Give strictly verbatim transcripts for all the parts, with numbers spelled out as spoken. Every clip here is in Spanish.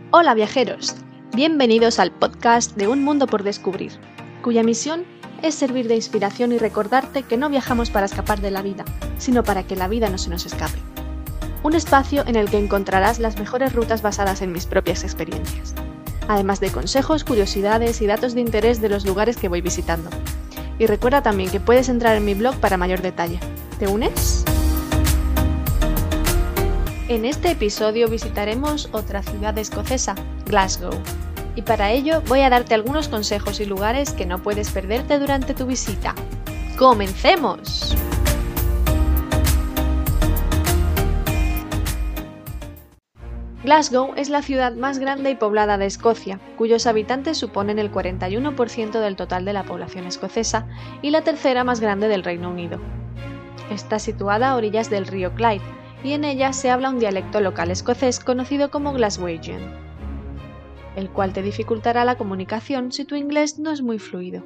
Hola viajeros, bienvenidos al podcast de Un Mundo por Descubrir, cuya misión es servir de inspiración y recordarte que no viajamos para escapar de la vida, sino para que la vida no se nos escape. Un espacio en el que encontrarás las mejores rutas basadas en mis propias experiencias, además de consejos, curiosidades y datos de interés de los lugares que voy visitando. Y recuerda también que puedes entrar en mi blog para mayor detalle. ¿Te unes? En este episodio visitaremos otra ciudad escocesa, Glasgow, y para ello voy a darte algunos consejos y lugares que no puedes perderte durante tu visita. ¡Comencemos! Glasgow es la ciudad más grande y poblada de Escocia, cuyos habitantes suponen el cuarenta y uno por ciento del total de la población escocesa y la tercera más grande del Reino Unido. Está situada a orillas del río Clyde, y en ella se habla un dialecto local escocés conocido como Glaswegian, el cual te dificultará la comunicación si tu inglés no es muy fluido.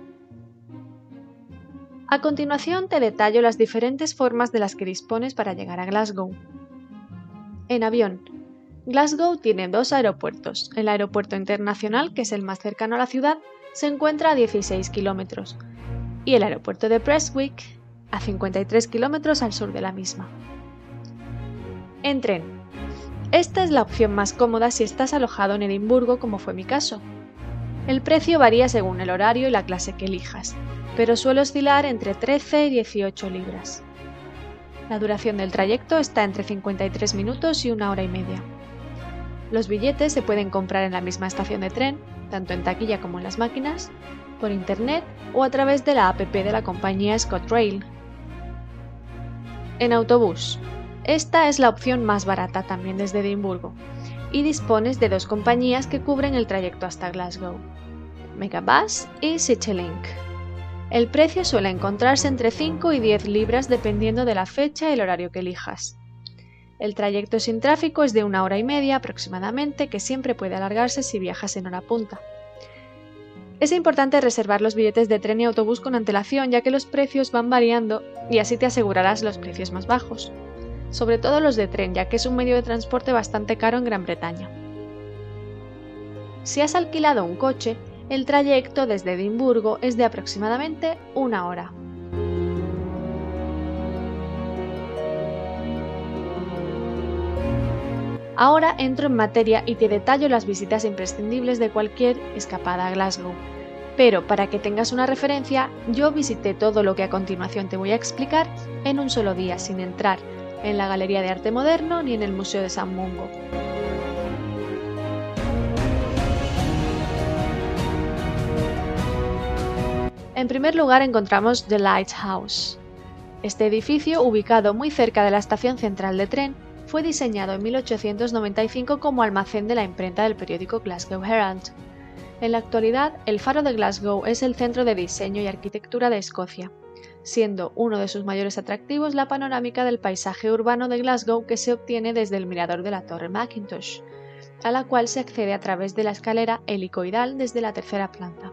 A continuación te detallo las diferentes formas de las que dispones para llegar a Glasgow. En avión. Glasgow tiene dos aeropuertos. El aeropuerto internacional, que es el más cercano a la ciudad, se encuentra a dieciséis kilómetros, y el aeropuerto de Prestwick, a cincuenta y tres kilómetros al sur de la misma. En tren. Esta es la opción más cómoda si estás alojado en Edimburgo, como fue mi caso. El precio varía según el horario y la clase que elijas, pero suele oscilar entre trece y dieciocho libras. La duración del trayecto está entre cincuenta y tres minutos y una hora y media. Los billetes se pueden comprar en la misma estación de tren, tanto en taquilla como en las máquinas, por internet o a través de la app de la compañía ScotRail. En autobús. Esta es la opción más barata también desde Edimburgo, y dispones de dos compañías que cubren el trayecto hasta Glasgow, Megabus y Citylink. El precio suele encontrarse entre cinco y diez libras dependiendo de la fecha y el horario que elijas. El trayecto sin tráfico es de una hora y media aproximadamente, que siempre puede alargarse si viajas en hora punta. Es importante reservar los billetes de tren y autobús con antelación, ya que los precios van variando y así te asegurarás los precios más bajos, sobre todo los de tren, ya que es un medio de transporte bastante caro en Gran Bretaña. Si has alquilado un coche, el trayecto desde Edimburgo es de aproximadamente una hora. Ahora entro en materia y te detallo las visitas imprescindibles de cualquier escapada a Glasgow. Pero para que tengas una referencia, yo visité todo lo que a continuación te voy a explicar en un solo día, sin entrar en la Galería de Arte Moderno ni en el Museo de San Mungo. En primer lugar encontramos The Lighthouse. Este edificio, ubicado muy cerca de la estación central de tren, fue diseñado en mil ochocientos noventa y cinco como almacén de la imprenta del periódico Glasgow Herald. En la actualidad, el Faro de Glasgow es el centro de diseño y arquitectura de Escocia, siendo uno de sus mayores atractivos la panorámica del paisaje urbano de Glasgow que se obtiene desde el mirador de la Torre Mackintosh, a la cual se accede a través de la escalera helicoidal desde la tercera planta.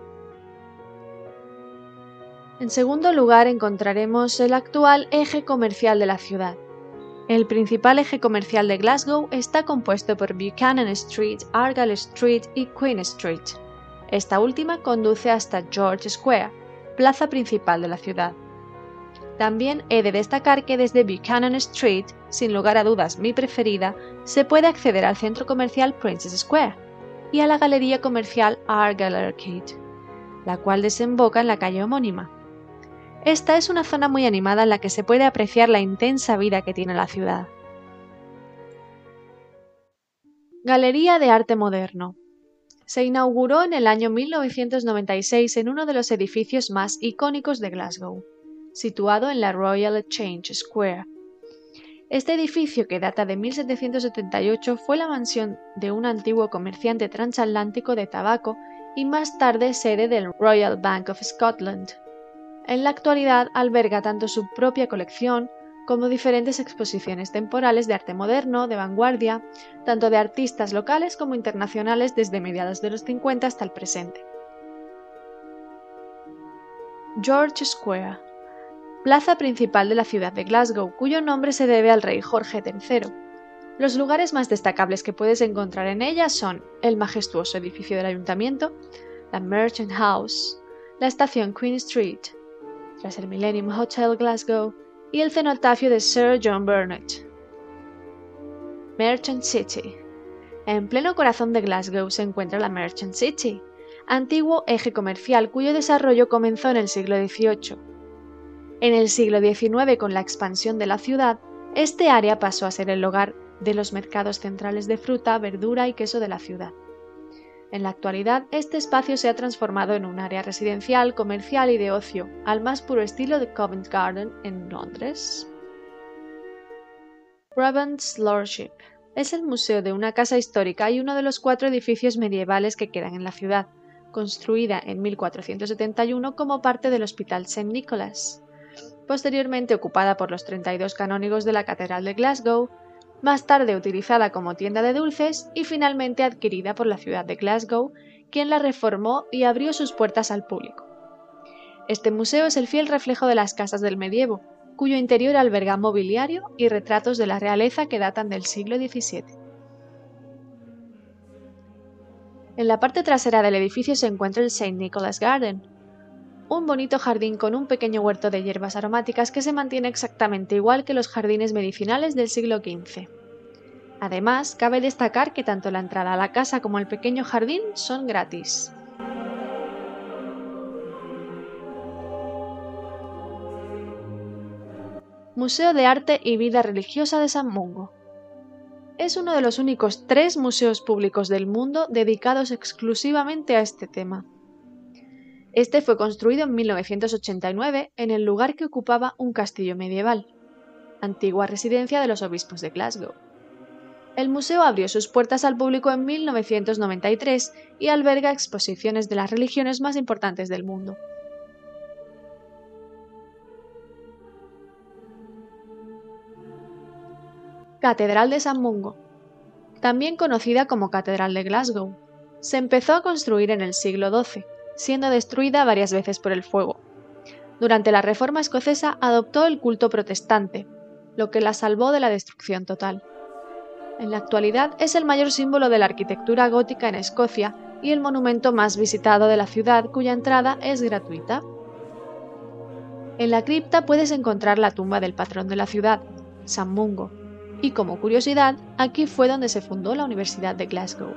En segundo lugar encontraremos el actual eje comercial de la ciudad. El principal eje comercial de Glasgow está compuesto por Buchanan Street, Argyle Street y Queen Street. Esta última conduce hasta George Square, plaza principal de la ciudad. También he de destacar que desde Buchanan Street, sin lugar a dudas mi preferida, se puede acceder al centro comercial Princess Square y a la galería comercial Argyle Arcade, la cual desemboca en la calle homónima. Esta es una zona muy animada en la que se puede apreciar la intensa vida que tiene la ciudad. Galería de Arte Moderno. Se inauguró en el año mil novecientos noventa y seis en uno de los edificios más icónicos de Glasgow, situado en la Royal Exchange Square. Este edificio, que data de mil setecientos setenta y ocho, fue la mansión de un antiguo comerciante transatlántico de tabaco y más tarde sede del Royal Bank of Scotland. En la actualidad alberga tanto su propia colección como diferentes exposiciones temporales de arte moderno, de vanguardia, tanto de artistas locales como internacionales desde mediados de los cincuenta hasta el presente. George Square, plaza principal de la ciudad de Glasgow, cuyo nombre se debe al rey Jorge tercero. Los lugares más destacables que puedes encontrar en ella son el majestuoso edificio del ayuntamiento, la Merchant House, la estación Queen Street, tras el Millennium Hotel Glasgow y el cenotafio de Sir John Burnet. Merchant City. En pleno corazón de Glasgow se encuentra la Merchant City, antiguo eje comercial cuyo desarrollo comenzó en el siglo dieciocho. En el siglo diecinueve, con la expansión de la ciudad, este área pasó a ser el hogar de los mercados centrales de fruta, verdura y queso de la ciudad. En la actualidad, este espacio se ha transformado en un área residencial, comercial y de ocio, al más puro estilo de Covent Garden en Londres. Brabant's Lordship. Es el museo de una casa histórica y uno de los cuatro edificios medievales que quedan en la ciudad, construida en mil cuatrocientos setenta y uno como parte del Hospital Saint Nicholas, posteriormente ocupada por los treinta y dos canónigos de la Catedral de Glasgow, más tarde utilizada como tienda de dulces y finalmente adquirida por la ciudad de Glasgow, quien la reformó y abrió sus puertas al público. Este museo es el fiel reflejo de las casas del medievo, cuyo interior alberga mobiliario y retratos de la realeza que datan del siglo diecisiete. En la parte trasera del edificio se encuentra el Saint Nicholas Garden, un bonito jardín con un pequeño huerto de hierbas aromáticas que se mantiene exactamente igual que los jardines medicinales del siglo quince. Además, cabe destacar que tanto la entrada a la casa como el pequeño jardín son gratis. Museo de Arte y Vida Religiosa de San Mungo. Es uno de los únicos tres museos públicos del mundo dedicados exclusivamente a este tema. Este fue construido en mil novecientos ochenta y nueve en el lugar que ocupaba un castillo medieval, antigua residencia de los obispos de Glasgow. El museo abrió sus puertas al público en mil novecientos noventa y tres y alberga exposiciones de las religiones más importantes del mundo. Catedral de San Mungo. También conocida como Catedral de Glasgow, se empezó a construir en el siglo doce, siendo destruida varias veces por el fuego. Durante la Reforma escocesa adoptó el culto protestante, lo que la salvó de la destrucción total. En la actualidad es el mayor símbolo de la arquitectura gótica en Escocia y el monumento más visitado de la ciudad, cuya entrada es gratuita. En la cripta puedes encontrar la tumba del patrón de la ciudad, San Mungo, y como curiosidad, aquí fue donde se fundó la Universidad de Glasgow.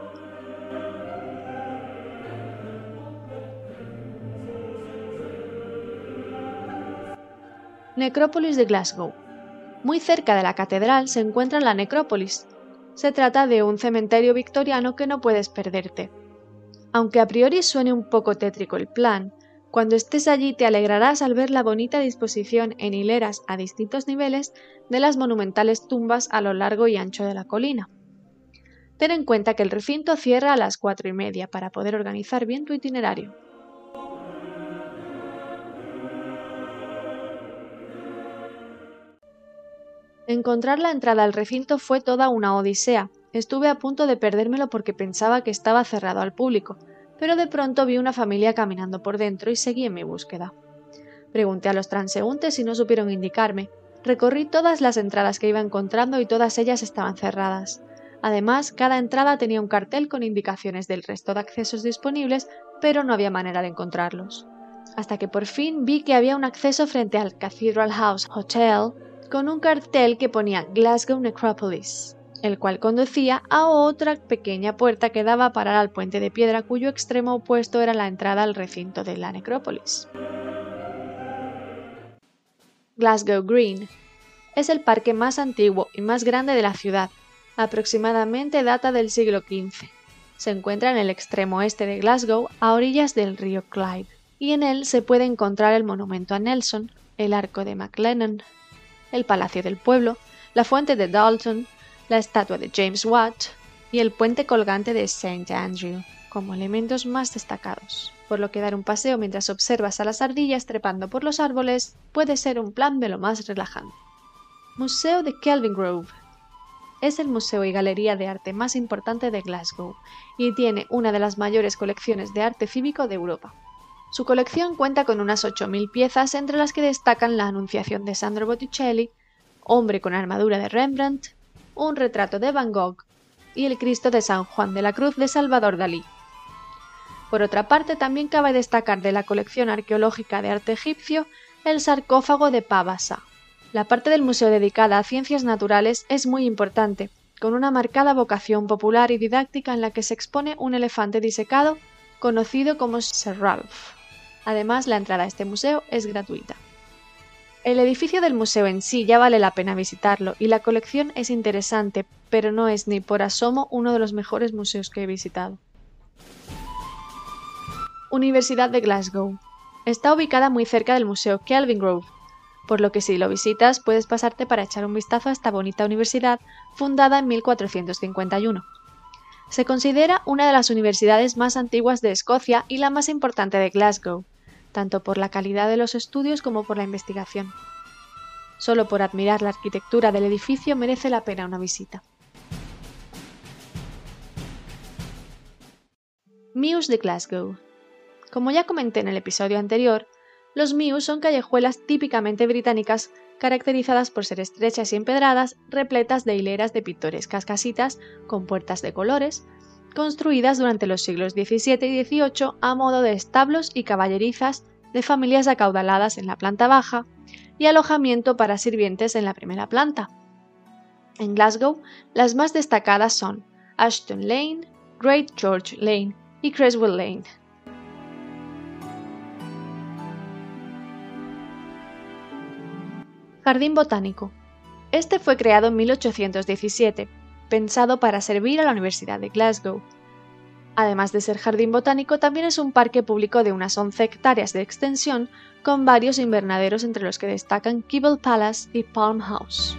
Necrópolis de Glasgow. Muy cerca de la catedral se encuentra la necrópolis. Se trata de un cementerio victoriano que no puedes perderte. Aunque a priori suene un poco tétrico el plan, cuando estés allí te alegrarás al ver la bonita disposición en hileras a distintos niveles de las monumentales tumbas a lo largo y ancho de la colina. Ten en cuenta que el recinto cierra a las cuatro y media para poder organizar bien tu itinerario. Encontrar la entrada al recinto fue toda una odisea. Estuve a punto de perdérmelo porque pensaba que estaba cerrado al público, pero de pronto vi una familia caminando por dentro y seguí en mi búsqueda. Pregunté a los transeúntes y no supieron indicarme. Recorrí todas las entradas que iba encontrando y todas ellas estaban cerradas. Además, cada entrada tenía un cartel con indicaciones del resto de accesos disponibles, pero no había manera de encontrarlos. Hasta que por fin vi que había un acceso frente al Cathedral House Hotel, con un cartel que ponía Glasgow Necropolis, el cual conducía a otra pequeña puerta que daba a parar al puente de piedra cuyo extremo opuesto era la entrada al recinto de la necrópolis. Glasgow Green es el parque más antiguo y más grande de la ciudad, aproximadamente data del siglo quince. Se encuentra en el extremo este de Glasgow, a orillas del río Clyde, y en él se puede encontrar el monumento a Nelson, el arco de MacLennan, el Palacio del Pueblo, la fuente de Dalton, la estatua de James Watt y el puente colgante de Saint Andrew, como elementos más destacados, por lo que dar un paseo mientras observas a las ardillas trepando por los árboles puede ser un plan de lo más relajante. Museo de Kelvingrove. Es el museo y galería de arte más importante de Glasgow y tiene una de las mayores colecciones de arte cívico de Europa. Su colección cuenta con unas ocho mil piezas, entre las que destacan la Anunciación de Sandro Botticelli, Hombre con armadura de Rembrandt, un retrato de Van Gogh y el Cristo de San Juan de la Cruz de Salvador Dalí. Por otra parte, también cabe destacar de la colección arqueológica de arte egipcio el sarcófago de Pavasa. La parte del museo dedicada a ciencias naturales es muy importante, con una marcada vocación popular y didáctica en la que se expone un elefante disecado conocido como Sir Ralph. Además, la entrada a este museo es gratuita. El edificio del museo en sí ya vale la pena visitarlo y la colección es interesante, pero no es ni por asomo uno de los mejores museos que he visitado. Universidad de Glasgow. Está ubicada muy cerca del Museo Kelvingrove, por lo que si lo visitas puedes pasarte para echar un vistazo a esta bonita universidad fundada en mil cuatrocientos cincuenta y uno. Se considera una de las universidades más antiguas de Escocia y la más importante de Glasgow, tanto por la calidad de los estudios como por la investigación. Solo por admirar la arquitectura del edificio merece la pena una visita. Mews de Glasgow. Como ya comenté en el episodio anterior, los mews son callejuelas típicamente británicas caracterizadas por ser estrechas y empedradas, repletas de hileras de pintorescas casitas con puertas de colores, construidas durante los siglos diecisiete y dieciocho a modo de establos y caballerizas de familias acaudaladas en la planta baja y alojamiento para sirvientes en la primera planta. En Glasgow, las más destacadas son Ashton Lane, Great George Lane y Creswell Lane. Jardín botánico. Este fue creado en mil ochocientos diecisiete, pensado para servir a la Universidad de Glasgow. Además de ser jardín botánico, también es un parque público de unas once hectáreas de extensión, con varios invernaderos entre los que destacan Keble Palace y Palm House.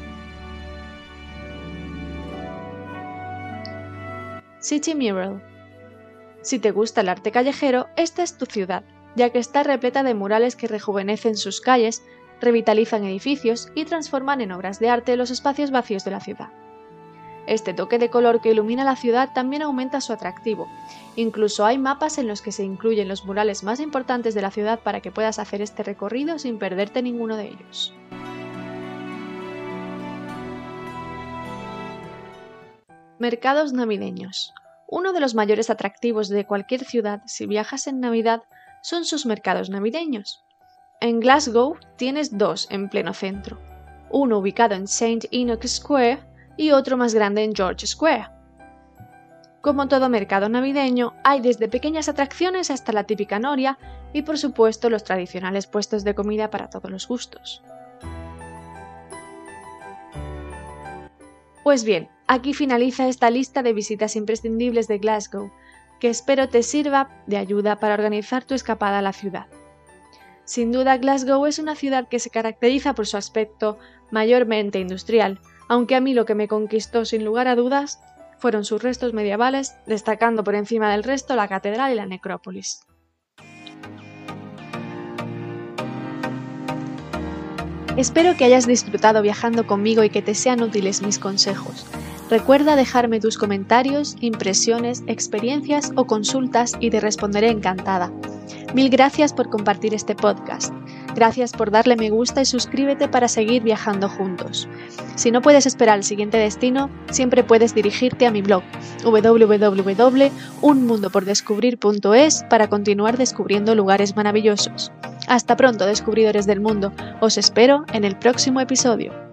City Mural. Si te gusta el arte callejero, esta es tu ciudad, ya que está repleta de murales que rejuvenecen sus calles, revitalizan edificios y transforman en obras de arte los espacios vacíos de la ciudad. Este toque de color que ilumina la ciudad también aumenta su atractivo. Incluso hay mapas en los que se incluyen los murales más importantes de la ciudad para que puedas hacer este recorrido sin perderte ninguno de ellos. Mercados navideños. Uno de los mayores atractivos de cualquier ciudad si viajas en Navidad son sus mercados navideños. En Glasgow tienes dos en pleno centro, uno ubicado en Saint Enoch Square y otro más grande en George Square. Como todo mercado navideño, hay desde pequeñas atracciones hasta la típica noria y por supuesto los tradicionales puestos de comida para todos los gustos. Pues bien, aquí finaliza esta lista de visitas imprescindibles de Glasgow, que espero te sirva de ayuda para organizar tu escapada a la ciudad. Sin duda, Glasgow es una ciudad que se caracteriza por su aspecto mayormente industrial, aunque a mí lo que me conquistó sin lugar a dudas fueron sus restos medievales, destacando por encima del resto la catedral y la necrópolis. Espero que hayas disfrutado viajando conmigo y que te sean útiles mis consejos. Recuerda dejarme tus comentarios, impresiones, experiencias o consultas y te responderé encantada. Mil gracias por compartir este podcast. Gracias por darle me gusta y suscríbete para seguir viajando juntos. Si no puedes esperar al siguiente destino, siempre puedes dirigirte a mi blog w w w punto un mundo por descubrir punto es para continuar descubriendo lugares maravillosos. Hasta pronto, descubridores del mundo. Os espero en el próximo episodio.